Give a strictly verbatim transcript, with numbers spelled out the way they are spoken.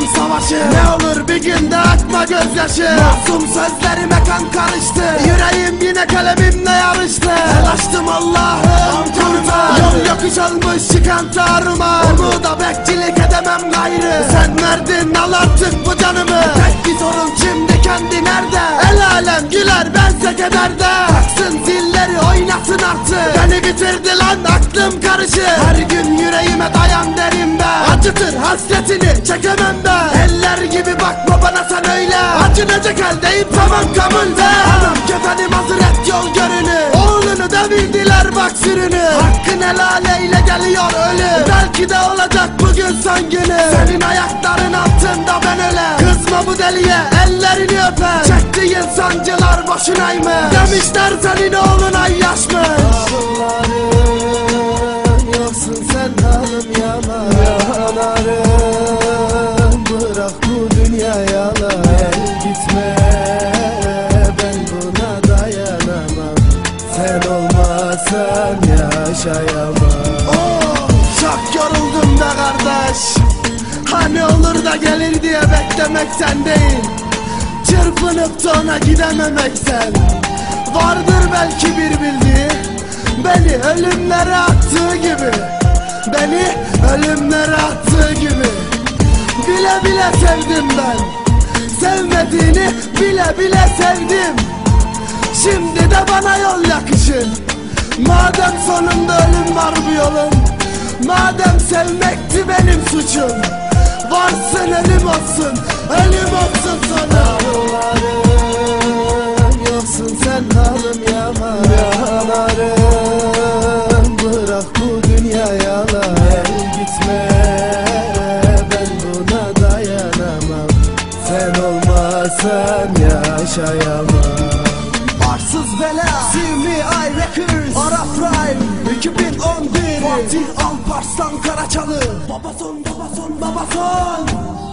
savaşı. Ne olur bir günde akma gözyaşı. Masum sözlerime kan karıştı. Yüreğim yine kalemimle yarıştı. El açtım Allah'ım kurma. Yol yokuş olmuş çıkan tarıma. Umuda bekçilik edemem gayrı. Sen verdin al artık bu canımı. Tek bir sorun şimdi kendi nerede? El alem güler bense kederde. Taksın zilleri oynasın artık. Beni bitirdi lan aklım karışır. Her gün yüreğime dayan derim be. Acıtır hasretini çekemem be. Eller gibi bakma bana sen öyle. Acınacak haldeyim tamam kabul be. Hanım kefenim hazır et yol görünü. Oğlunu devirdiler bak sürünü. Hakkın helal eyle geliyor ölüm. Belki de olacak bugün son günü. Senin ayakların altında ben öyle. Kızma bu deliye ellerini öper. Çektiğin sancılar boşunaymış. Demişler senin oğlun ayyaşmış. Yoksun sen halım yalan. Yanarım bırak bu dünya yalan. Gitme ben buna dayanamam. Sen olmasan yaşayamam. Oh, çok yoruldum da kardeş. Hani olur da gelir diye beklemek sen değil. Çırpınıp da ona gidememek sen. Vardır belki bir bildiği. Beni ölümlere attığı gibi. Beni ölümlere attığı gibi. Bile bile sevdim ben. Sevmediğini bile bile sevdim. Şimdi de bana yol yakışır. Madem sonunda ölüm var bu yolun. Madem sevmekti benim suçum. Varsın ölüm olsun. Ölüm olsun sana. Yoksun sen halım yaman. Yanarım bırak bu dünya yalan. Gitme ben buna dayanamam. Sen olmasan yaşayamam. Arsız bela See Me I Records Ara Prime iki bin on bir Fatih Alparslan Karaçalı Babason babason babason